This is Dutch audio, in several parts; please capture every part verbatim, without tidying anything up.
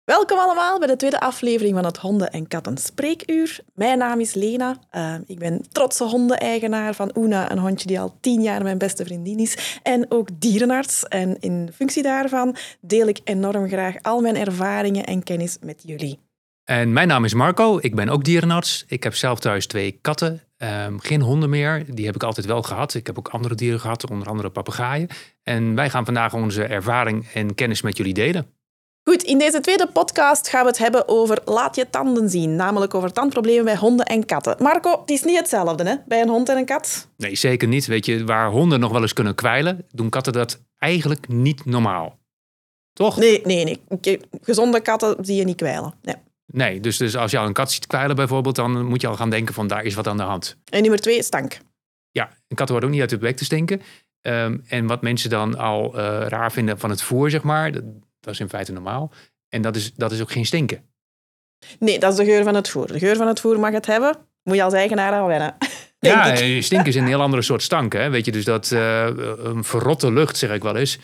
Welkom allemaal bij de tweede aflevering van het Honden- en Katten Spreekuur. Mijn naam is Lena. Uh, ik ben trotse hondeneigenaar van Oena, een hondje die al tien jaar mijn beste vriendin is. En ook dierenarts. En in functie daarvan deel ik enorm graag al mijn ervaringen en kennis met jullie. En mijn naam is Marco. Ik ben ook dierenarts. Ik heb zelf thuis twee katten. Um, geen honden meer. Die heb ik altijd wel gehad. Ik heb ook andere dieren gehad, onder andere papegaaien. En wij gaan vandaag onze ervaring en kennis met jullie delen. Goed, in deze tweede podcast gaan we het hebben over laat je tanden zien. Namelijk over tandproblemen bij honden en katten. Marco, het is niet hetzelfde hè, bij een hond en een kat? Nee, zeker niet. Weet je, waar honden nog wel eens kunnen kwijlen, doen katten dat eigenlijk niet normaal. Toch? Nee, nee, nee. Gezonde katten zie je niet kwijlen. Nee. Nee, dus, dus als je al een kat ziet kwijlen bijvoorbeeld, dan moet je al gaan denken van daar is wat aan de hand. En nummer twee, stank. Ja, een katten worden ook niet uit de bek te stinken. Um, en wat mensen dan al uh, raar vinden van het voer, zeg maar, dat, dat is in feite normaal. En dat is, dat is ook geen stinken. Nee, dat is de geur van het voer. De geur van het voer mag het hebben, moet je als eigenaar aan wennen. Ja, ik. Stinken is een heel andere soort stank. Hè? Weet je, dus dat uh, een verrotte lucht, zeg ik wel eens,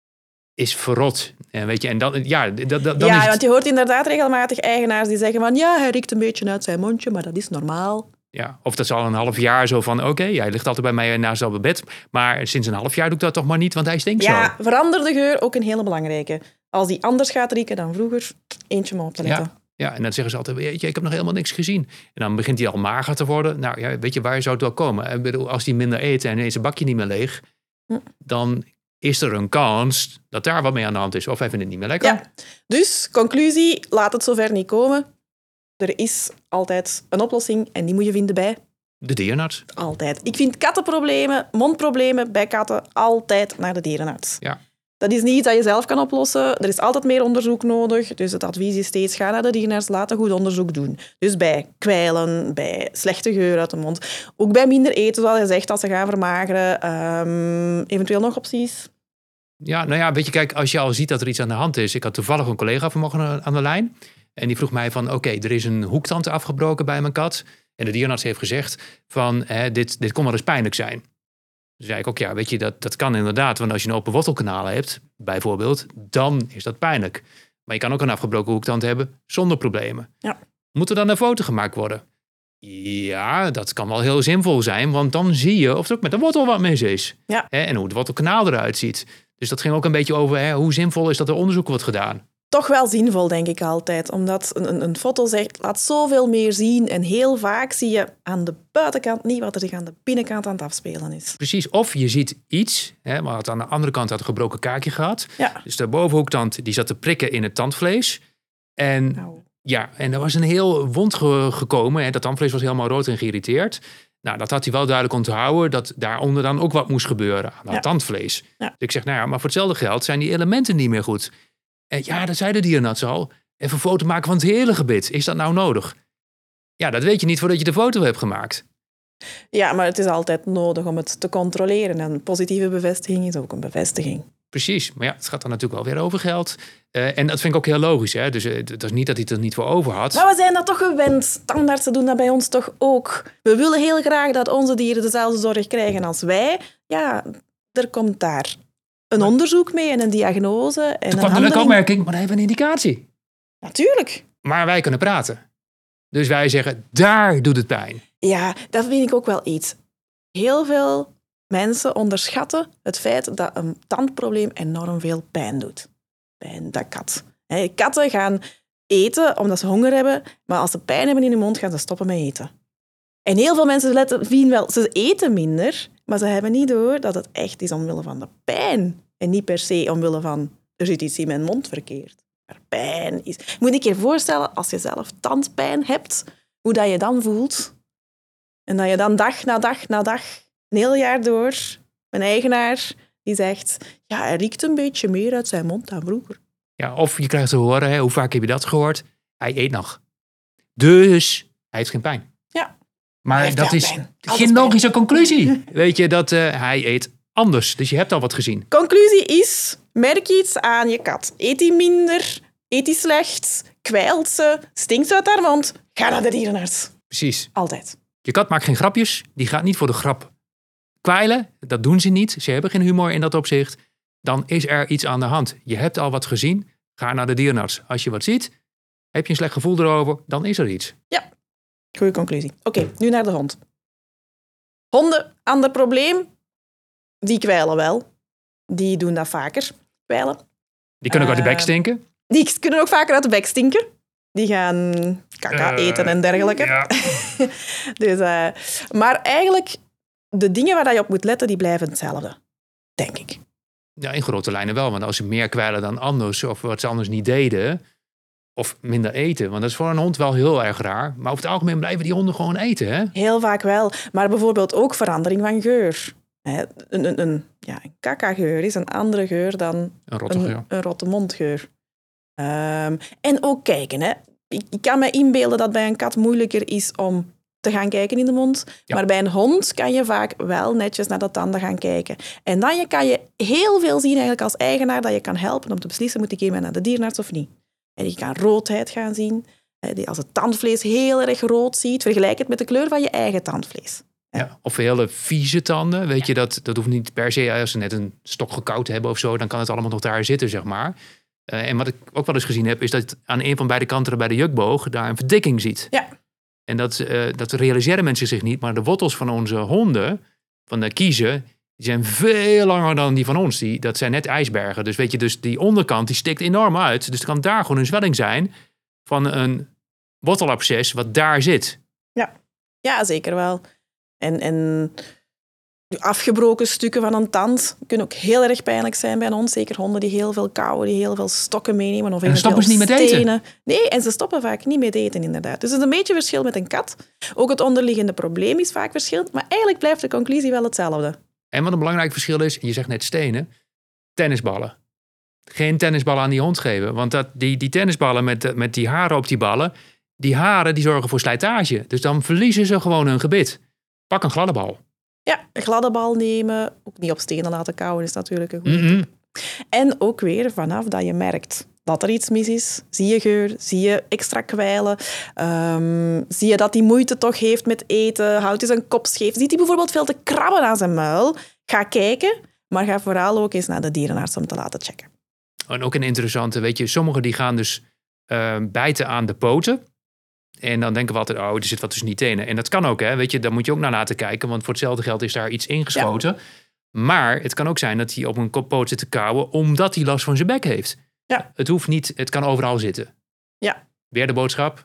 is verrot. En weet je, en dan, ja, dat, dat, dan ja is het... want je hoort inderdaad regelmatig eigenaars die zeggen van ja, hij riekt een beetje uit zijn mondje, maar dat is normaal. Ja, of dat is al een half jaar zo van oké, okay, hij ligt altijd bij mij naast op het bed, maar sinds een half jaar doe ik dat toch maar niet, want hij stinkt ja, zo. Ja, verander de geur, ook een hele belangrijke. Als die anders gaat rieken dan vroeger, eentje maar op te letten. Ja. Ja, en dan zeggen ze altijd, weet je, ik heb nog helemaal niks gezien. En dan begint hij al mager te worden. Nou ja, weet je, waar zou het wel komen? Ik bedoel, als hij minder eet en is zijn bakje niet meer leeg, hm. dan is er een kans dat daar wat mee aan de hand is. Of hij vindt het niet meer lekker. Ja. Dus, conclusie, laat het zover niet komen. Er is altijd een oplossing en die moet je vinden bij... de dierenarts. Altijd. Ik vind kattenproblemen, mondproblemen bij katten altijd naar de dierenarts. Ja. Dat is niet iets dat je zelf kan oplossen. Er is altijd meer onderzoek nodig. Dus het advies is steeds, ga naar de dierenarts, laat een goed onderzoek doen. Dus bij kwijlen, bij slechte geur uit de mond. Ook bij minder eten, zoals je zegt, als ze gaan vermageren. Um, eventueel nog opties? Ja, nou ja, weet je, kijk, als je al ziet dat er iets aan de hand is. Ik had toevallig een collega vanmorgen aan de lijn. En die vroeg mij van, oké, okay, er is een hoektand afgebroken bij mijn kat. En de dierenarts heeft gezegd van, hè, dit, dit kon wel eens pijnlijk zijn. Dus zei ik ook, ja, weet je, dat, dat kan inderdaad. Want als je een open wortelkanaal hebt, bijvoorbeeld, dan is dat pijnlijk. Maar je kan ook een afgebroken hoektand hebben zonder problemen. Ja. Moet er dan een foto gemaakt worden? Ja, dat kan wel heel zinvol zijn, want dan zie je of er ook met de wortel wat mis is. Ja. Hè, en hoe het wortelkanaal eruit ziet. Dus dat ging ook een beetje over hè, hoe zinvol is dat er onderzoek wordt gedaan. Toch wel zinvol, denk ik altijd. Omdat een, een foto zegt, laat zoveel meer zien. En heel vaak zie je aan de buitenkant niet wat er zich aan de binnenkant aan het afspelen is. Precies, of je ziet iets. Hè, maar aan de andere kant had een gebroken kaakje gehad. Ja. Dus de bovenhoektand die zat te prikken in het tandvlees. En, nou. ja, en er was een heel wond ge- gekomen. En dat tandvlees was helemaal rood en geïrriteerd. Nou, dat had hij wel duidelijk onthouden. Dat daaronder dan ook wat moest gebeuren aan dat ja. tandvlees. Ja. Dus ik zeg, nou ja, maar voor hetzelfde geld zijn die elementen niet meer goed. En ja, dat zei de dierenarts al. Even een foto maken van het hele gebit. Is dat nou nodig? Ja, dat weet je niet voordat je de foto hebt gemaakt. Ja, maar het is altijd nodig om het te controleren. En positieve bevestiging is ook een bevestiging. Precies, maar ja, het gaat dan natuurlijk wel weer over geld. Uh, en dat vind ik ook heel logisch. Hè? Dus uh, het is niet dat hij het er niet voor over had. Maar we zijn dat toch gewend. Standaardsen doen dat bij ons toch ook. We willen heel graag dat onze dieren dezelfde zorg krijgen als wij. Ja, er komt daar een maar, onderzoek mee en een diagnose. En een handeling. Opmerking, maar dan hebben we een indicatie. Natuurlijk. Maar wij kunnen praten. Dus wij zeggen, daar doet het pijn. Ja, dat vind ik ook wel iets. Heel veel mensen onderschatten het feit dat een tandprobleem enorm veel pijn doet. Bij een kat. Katten gaan eten omdat ze honger hebben, maar als ze pijn hebben in hun mond, gaan ze stoppen met eten. En heel veel mensen letten, zien wel, ze eten minder, maar ze hebben niet door dat het echt is omwille van de pijn. En niet per se omwille van, er zit iets in mijn mond verkeerd. Maar pijn is... Moet ik je voorstellen, als je zelf tandpijn hebt, hoe dat je dan voelt. En dat je dan dag na dag na dag, een heel jaar door, mijn eigenaar, die zegt, ja, hij riekt een beetje meer uit zijn mond dan vroeger. Ja, of je krijgt te horen, hè, hoe vaak heb je dat gehoord? Hij eet nog. Dus hij heeft geen pijn. Ja. Maar dat is geen logische conclusie. Weet je, dat uh, hij eet anders. Dus je hebt al wat gezien. Conclusie is, merk iets aan je kat. Eet hij minder? Eet hij slecht? Kwijlt ze? Stinkt ze uit haar mond? Ga naar de dierenarts. Precies. Altijd. Je kat maakt geen grapjes. Die gaat niet voor de grap kwijlen. Dat doen ze niet. Ze hebben geen humor in dat opzicht. Dan is er iets aan de hand. Je hebt al wat gezien. Ga naar de dierenarts. Als je wat ziet, heb je een slecht gevoel erover, dan is er iets. Ja, goede conclusie. Oké, okay, nu naar de hond. Honden, ander probleem, die kwijlen wel. Die doen dat vaker, kwijlen. Die kunnen ook uh, uit de bek stinken. Die kunnen ook vaker uit de bek stinken. Die gaan kaka uh, eten en dergelijke. Ja. dus, uh, maar eigenlijk, de dingen waar je op moet letten, die blijven hetzelfde. Denk ik. Ja, in grote lijnen wel. Want als ze meer kwijlen dan anders, of wat ze anders niet deden, of minder eten. Want dat is voor een hond wel heel erg raar. Maar over het algemeen blijven die honden gewoon eten, hè? Heel vaak wel. Maar bijvoorbeeld ook verandering van geur. Een, een, een, ja, een kakageur is een andere geur dan een rotte, een, ja. een rotte mondgeur. Um, en ook kijken. Hè. Ik, ik kan me inbeelden dat bij een kat moeilijker is om te gaan kijken in de mond. Ja. Maar bij een hond kan je vaak wel netjes naar de tanden gaan kijken. En dan kan je heel veel zien eigenlijk als eigenaar dat je kan helpen om te beslissen, moet ik hiermee naar de dierenarts of niet. En je kan roodheid gaan zien. Als het tandvlees heel erg rood ziet, vergelijk het met de kleur van je eigen tandvlees. Ja, of hele vieze tanden. Weet ja. je, dat, dat hoeft niet per se, als ze net een stok gekauwd hebben of zo, dan kan het allemaal nog daar zitten, zeg maar. Uh, en wat ik ook wel eens gezien heb, is dat aan een van beide kanten bij de jukboog daar een verdikking ziet. Ja. En dat, uh, dat realiseren mensen zich niet, maar de wortels van onze honden, van de kiezen, die zijn veel langer dan die van ons. Die, dat zijn net ijsbergen. Dus weet je, dus die onderkant die stikt enorm uit. Dus het kan daar gewoon een zwelling zijn van een wortelabsces wat daar zit. Ja, ja zeker wel. En, en afgebroken stukken van een tand kunnen ook heel erg pijnlijk zijn bij een hond. Zeker honden die heel veel kauwen, die heel veel stokken meenemen. Of en stoppen ze niet met eten? Nee, en ze stoppen vaak niet met eten, inderdaad. Dus het is een beetje verschil met een kat. Ook het onderliggende probleem is vaak verschillend. Maar eigenlijk blijft de conclusie wel hetzelfde. En wat een belangrijk verschil is, je zegt net stenen, tennisballen. Geen tennisballen aan die hond geven. Want dat, die, die tennisballen met, met die haren op die ballen, die haren die zorgen voor slijtage. Dus dan verliezen ze gewoon hun gebit. Pak een gladde bal. Ja, een gladde bal nemen. Ook niet op stenen laten kauwen is natuurlijk een goede mm-hmm. tip. En ook weer vanaf dat je merkt dat er iets mis is. Zie je geur, zie je extra kwijlen. Um, zie je dat hij moeite toch heeft met eten. Houdt hij zijn kop scheef. Ziet hij bijvoorbeeld veel te krabben aan zijn muil. Ga kijken, maar ga vooral ook eens naar de dierenarts om te laten checken. En ook een interessante, weet je, sommigen die gaan dus uh, bijten aan de poten. En dan denken we altijd, oh, er zit wat tussen die tenen. En dat kan ook, hè. Weet je, daar moet je ook naar laten kijken. Want voor hetzelfde geld is daar iets ingeschoten. Ja. Maar het kan ook zijn dat hij op een koppoot zit te kauwen, omdat hij last van zijn bek heeft. Ja. Het hoeft niet, het kan overal zitten. Ja. Weer de boodschap.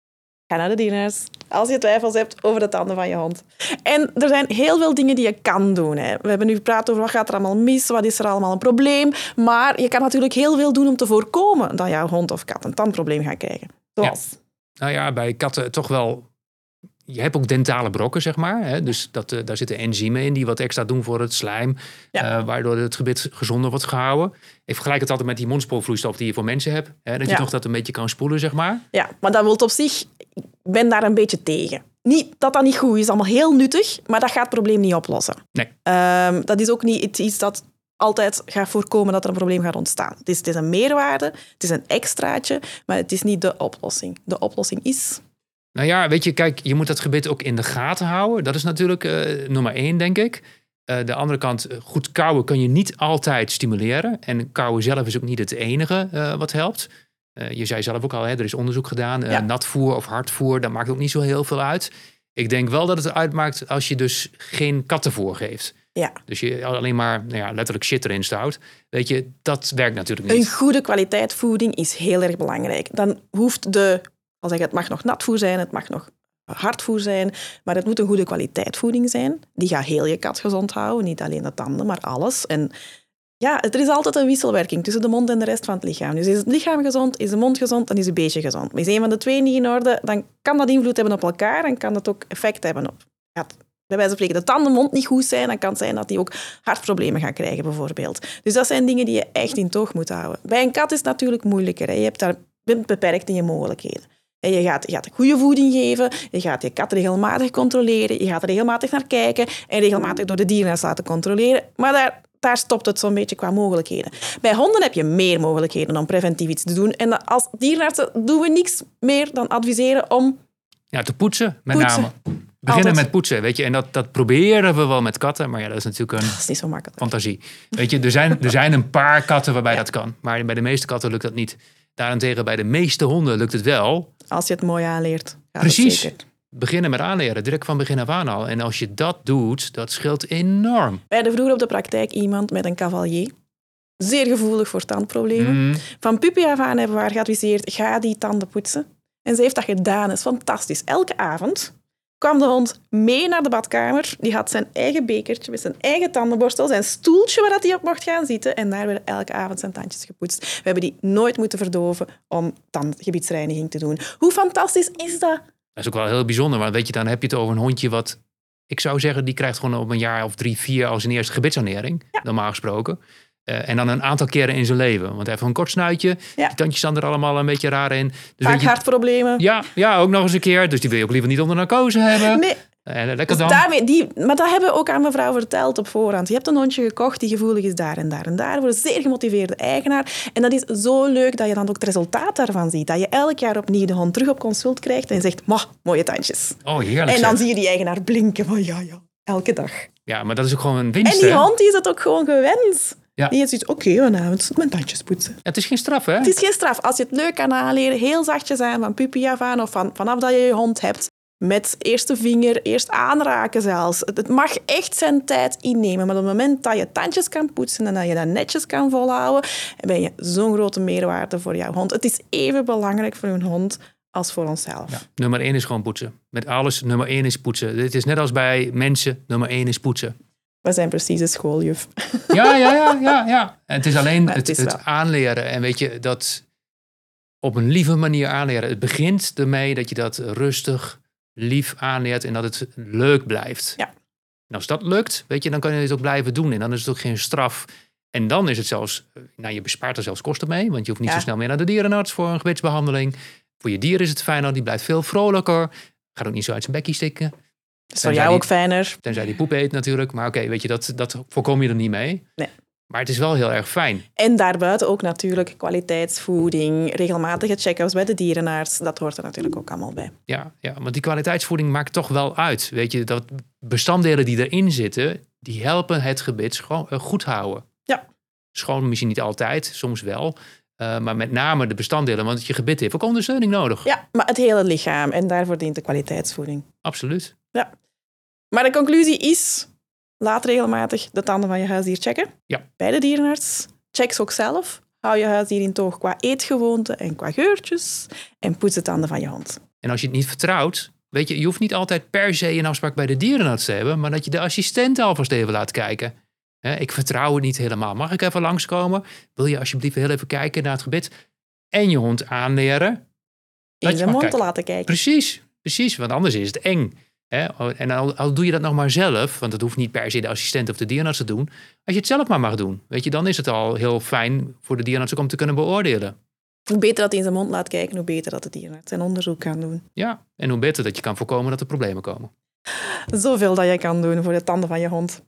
Ga naar de dierenarts. Als je twijfels hebt over de tanden van je hond. En er zijn heel veel dingen die je kan doen. Hè. We hebben nu gepraat over wat gaat er allemaal mis, wat is er allemaal een probleem. Maar je kan natuurlijk heel veel doen om te voorkomen dat jouw hond of kat een tandprobleem gaat krijgen. Zoals... Ja. Nou ja, bij katten toch wel. Je hebt ook dentale brokken, zeg maar. Hè? Dus dat, uh, daar zitten enzymen in die wat extra doen voor het slijm. Ja. Uh, waardoor het gebit gezonder wordt gehouden. Ik vergelijk het altijd met die mondspoelvloeistof die je voor mensen hebt. Hè? Dat je ja. toch dat een beetje kan spoelen, zeg maar. Ja, maar dat wil op zich... Ik ben daar een beetje tegen. Niet dat dat niet goed is, allemaal heel nuttig. Maar dat gaat het probleem niet oplossen. Nee. Um, dat is ook niet iets dat altijd gaat voorkomen dat er een probleem gaat ontstaan. Het is, het is een meerwaarde, het is een extraatje, maar het is niet de oplossing. De oplossing is... Nou ja, weet je, kijk, je moet dat gebit ook in de gaten houden. Dat is natuurlijk uh, nummer één, denk ik. Uh, de andere kant, goed kauwen kun je niet altijd stimuleren. En kauwen zelf is ook niet het enige uh, wat helpt. Uh, je zei zelf ook al, hè, er is onderzoek gedaan. Uh, ja. Natvoer of hardvoer, dat maakt ook niet zo heel veel uit. Ik denk wel dat het uitmaakt als je dus geen kattenvoer geeft. Ja. Dus je alleen maar nou ja, letterlijk shit erin stout. Weet je, dat werkt natuurlijk niet. Een goede kwaliteit voeding is heel erg belangrijk. Dan hoeft de, als ik het mag nog natvoer zijn, het mag nog hardvoer zijn, maar het moet een goede kwaliteit voeding zijn. Die gaat heel je kat gezond houden, niet alleen de tanden, maar alles. En ja, er is altijd een wisselwerking tussen de mond en de rest van het lichaam. Dus is het lichaam gezond, is de mond gezond, dan is het beestje gezond. Maar is een van de twee niet in orde, dan kan dat invloed hebben op elkaar en kan dat ook effect hebben op... Ja, bij wijze van spreken de tanden-mond niet goed zijn, dan kan het zijn dat die ook hartproblemen gaat krijgen, bijvoorbeeld. Dus dat zijn dingen die je echt in toog moet houden. Bij een kat is het natuurlijk moeilijker. Hè. Je hebt daar beperkt in je mogelijkheden. En je gaat, je gaat goede voeding geven, je gaat je kat regelmatig controleren, je gaat er regelmatig naar kijken en regelmatig door de dierenarts laten controleren. Maar daar, daar stopt het zo'n beetje qua mogelijkheden. Bij honden heb je meer mogelijkheden om preventief iets te doen. En als dierenartsen doen we niks meer dan adviseren om... Ja, te poetsen, met poetsen. name. Beginnen Altijd. met poetsen, weet je. En dat, dat proberen we wel met katten. Maar ja, dat is natuurlijk een Dat is niet zo makkelijk. fantasie. Weet je, er zijn, er zijn een paar katten waarbij Ja. dat kan. Maar bij de meeste katten lukt dat niet. Daarentegen bij de meeste honden lukt het wel. Als je het mooi aanleert. Gaat Precies. Het zeker. Beginnen met aanleren, direct van begin af aan al. En als je dat doet, dat scheelt enorm. Wij hadden vroeger op de praktijk iemand met een cavalier. Zeer gevoelig voor tandproblemen. Mm. Van puppy af aan hebben we haar geadviseerd, ga die tanden poetsen. En ze heeft dat gedaan. Dat is fantastisch. Elke avond kwam de hond mee naar de badkamer. Die had zijn eigen bekertje met zijn eigen tandenborstel, zijn stoeltje waar hij op mocht gaan zitten. En daar werden elke avond zijn tandjes gepoetst. We hebben die nooit moeten verdoven om tandgebiedsreiniging te doen. Hoe fantastisch is dat? Dat is ook wel heel bijzonder. Want weet je, dan heb je het over een hondje wat... Ik zou zeggen, die krijgt gewoon op een jaar of drie, vier als een eerste gebitsanering. Ja. Normaal gesproken. Uh, en dan een aantal keren in zijn leven. Want hij heeft een kort snuitje. Ja. Die tandjes staan er allemaal een beetje raar in. Dus Vaak je, hartproblemen. Ja, ja, ook nog eens een keer. Dus die wil je ook liever niet onder narcose hebben. Nee. Uh, lekker dus dan. Daarmee, die, maar dat hebben we ook aan mevrouw verteld op voorhand. Je hebt een hondje gekocht die gevoelig is daar en daar en daar. Voor een zeer gemotiveerde eigenaar. En dat is zo leuk dat je dan ook het resultaat daarvan ziet. Dat je elk jaar opnieuw de hond terug op consult krijgt. En je zegt, ma, mooie tandjes. Oh, heerlijk. En dan zeg. zie je die eigenaar blinken van ja, ja, elke dag. Ja, maar dat is ook gewoon een winst. En die hè? hond die is het ook gewoon gewend. Ja. Die heeft zoiets, oké, okay, vanavond mijn tandjes poetsen. Het is geen straf, hè? Het is geen straf. Als je het leuk kan aanleren, heel zachtjes aan, van puppy af aan, of van, vanaf dat je je hond hebt, met eerste vinger, eerst aanraken zelfs. Het mag echt zijn tijd innemen. Maar op het moment dat je tandjes kan poetsen en dat je dat netjes kan volhouden, ben je zo'n grote meerwaarde voor jouw hond. Het is even belangrijk voor een hond als voor onszelf. Ja. Nummer één is gewoon poetsen. Met alles, nummer één is poetsen. Het is net als bij mensen, nummer één is poetsen. We zijn precies een schooljuf. Ja, ja, ja, ja, ja. En het is alleen het, het, is het aanleren. En weet je, dat op een lieve manier aanleren. Het begint ermee dat je dat rustig, lief aanleert en dat het leuk blijft. Ja. En als dat lukt, weet je, dan kan je het ook blijven doen. En dan is het ook geen straf. En dan is het zelfs, nou, je bespaart er zelfs kosten mee. Want je hoeft niet ja. zo snel meer naar de dierenarts voor een gebitsbehandeling. Voor je dier is het fijner, die blijft veel vrolijker. Gaat ook niet zo uit zijn bekkie stikken. Dat is voor jou die, ook fijner. Tenzij die poep eet natuurlijk. Maar oké, okay, weet je, dat, dat voorkom je er niet mee. Nee. Maar het is wel heel erg fijn. En daarbuiten ook natuurlijk kwaliteitsvoeding, regelmatige check-ups bij de dierenarts. Dat hoort er natuurlijk ook allemaal bij. Ja, ja, want die kwaliteitsvoeding maakt toch wel uit. Weet je, dat bestanddelen die erin zitten, die helpen het gebit gewoon uh, goed houden. Ja. Schoon misschien niet altijd, soms wel. Uh, maar met name de bestanddelen, want je gebit heeft ook ondersteuning nodig. Ja, maar het hele lichaam. En daarvoor dient de kwaliteitsvoeding. Absoluut. Ja. Maar de conclusie is, laat regelmatig de tanden van je huisdier checken. Ja. Bij de dierenarts. Check ze ook zelf. Hou je huisdier in toog qua eetgewoonten en qua geurtjes. En poets de tanden van je hond. En als je het niet vertrouwt, weet je, je hoeft niet altijd per se een afspraak bij de dierenarts te hebben, maar dat je de assistent alvast even laat kijken. He, ik vertrouw het niet helemaal. Mag ik even langskomen? Wil je alsjeblieft heel even kijken naar het gebit? En je hond aanleren. In zijn mond te laten kijken. Precies, precies, want anders is het eng. He, en al, al doe je dat nog maar zelf, want dat hoeft niet per se de assistent of de dierenarts te doen. Als je het zelf maar mag doen, weet je, dan is het al heel fijn voor de dierenarts ook om te kunnen beoordelen. Hoe beter dat hij in zijn mond laat kijken, hoe beter dat de dierenarts zijn onderzoek kan doen. Ja, en hoe beter dat je kan voorkomen dat er problemen komen. Zoveel dat je kan doen voor de tanden van je hond.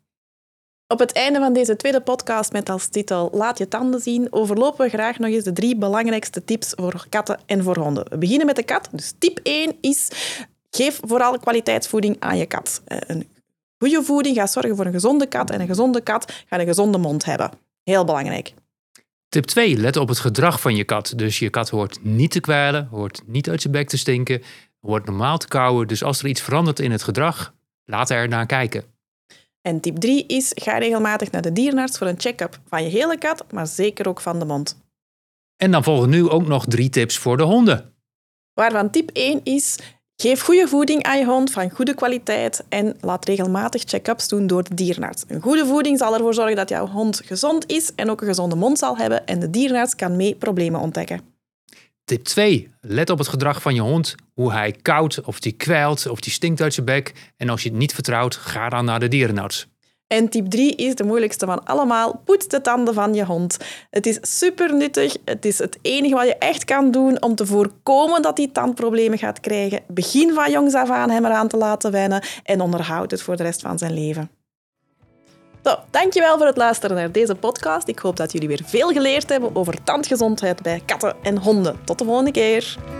Op het einde van deze tweede podcast met als titel Laat je tanden zien, overlopen we graag nog eens de drie belangrijkste tips voor katten en voor honden. We beginnen met de kat. Dus tip één is, geef vooral kwaliteitsvoeding aan je kat. Een goede voeding gaat zorgen voor een gezonde kat en een gezonde kat gaat een gezonde mond hebben. Heel belangrijk. Tip twee, let op het gedrag van je kat. Dus je kat hoort niet te kwijlen, hoort niet uit zijn bek te stinken, hoort normaal te kauwen. Dus als er iets verandert in het gedrag, laat er naar kijken. En tip drie is, ga regelmatig naar de dierenarts voor een check-up van je hele kat, maar zeker ook van de mond. En dan volgen nu ook nog drie tips voor de honden. Waarvan tip één is, geef goede voeding aan je hond van goede kwaliteit en laat regelmatig check-ups doen door de dierenarts. Een goede voeding zal ervoor zorgen dat jouw hond gezond is en ook een gezonde mond zal hebben en de dierenarts kan mee problemen ontdekken. Tip twee. Let op het gedrag van je hond. Hoe hij kauwt, of die kwijlt, of die stinkt uit zijn bek. En als je het niet vertrouwt, ga dan naar de dierenarts. En tip drie is de moeilijkste van allemaal. Poets de tanden van je hond. Het is super nuttig. Het is het enige wat je echt kan doen om te voorkomen dat hij tandproblemen gaat krijgen. Begin van jongs af aan hem eraan te laten wennen en onderhoud het voor de rest van zijn leven. Zo, dankjewel voor het luisteren naar deze podcast. Ik hoop dat jullie weer veel geleerd hebben over tandgezondheid bij katten en honden. Tot de volgende keer.